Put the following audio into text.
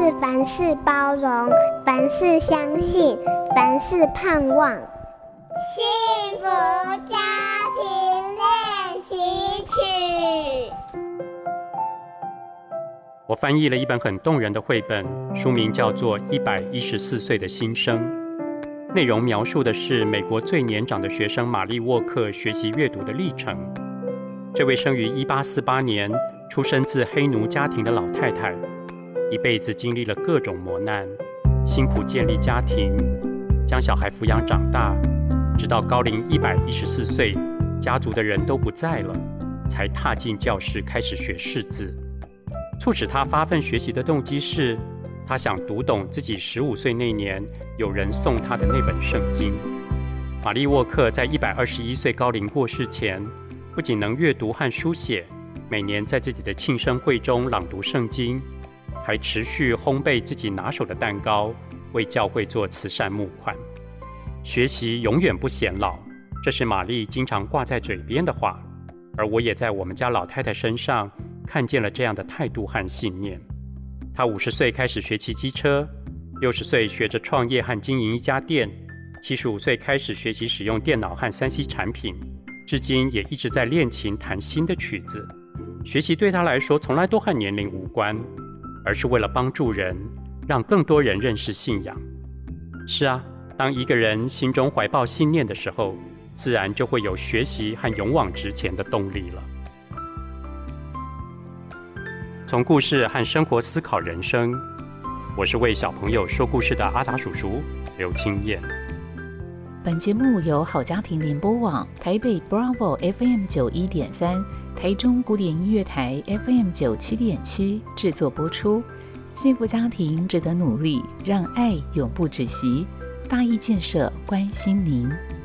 是凡事包容，凡事相信，凡事盼望。 幸福家庭练习曲。 我翻译了一本很动人的绘本，书名叫做《114岁的新生》。内容描述的是美国最年长的学生玛丽沃克学习阅读的历程。这位生于1848年、出生自黑奴家庭的老太太，一辈子经历了各种磨难，辛苦建立家庭，将小孩抚养长大，直到高龄114岁，家族的人都不在了，才踏进教室开始学识字。促使他发奋学习的动机是，他想读懂自己15岁那年有人送他的那本圣经。玛丽沃克在121岁高龄过世前，不仅能阅读和书写，每年在自己的庆生会中朗读圣经，还持续烘焙自己拿手的蛋糕，为教会做慈善募款。学习永远不显老，这是玛丽经常挂在嘴边的话，而我也在我们家老太太身上看见了这样的态度和信念。她50岁开始学骑机车，60岁学着创业和经营一家店，75岁开始学习使用电脑和3C 产品，至今也一直在练琴弹新的曲子。学习对她来说从来都和年龄无关，而是为了帮助人，让更多人认识信仰。是啊，当一个人心中怀抱信念的时候，自然就会有学习和勇往直前的动力了。从故事和生活思考人生，我是为小朋友说故事的阿达叔叔刘清彦。 本节目由好家庭联播网、台北 Bravo FM 91.3、台中古典音乐台 FM 97.7制作播出。幸福家庭值得努力，让爱永不止息。大义建设关心您。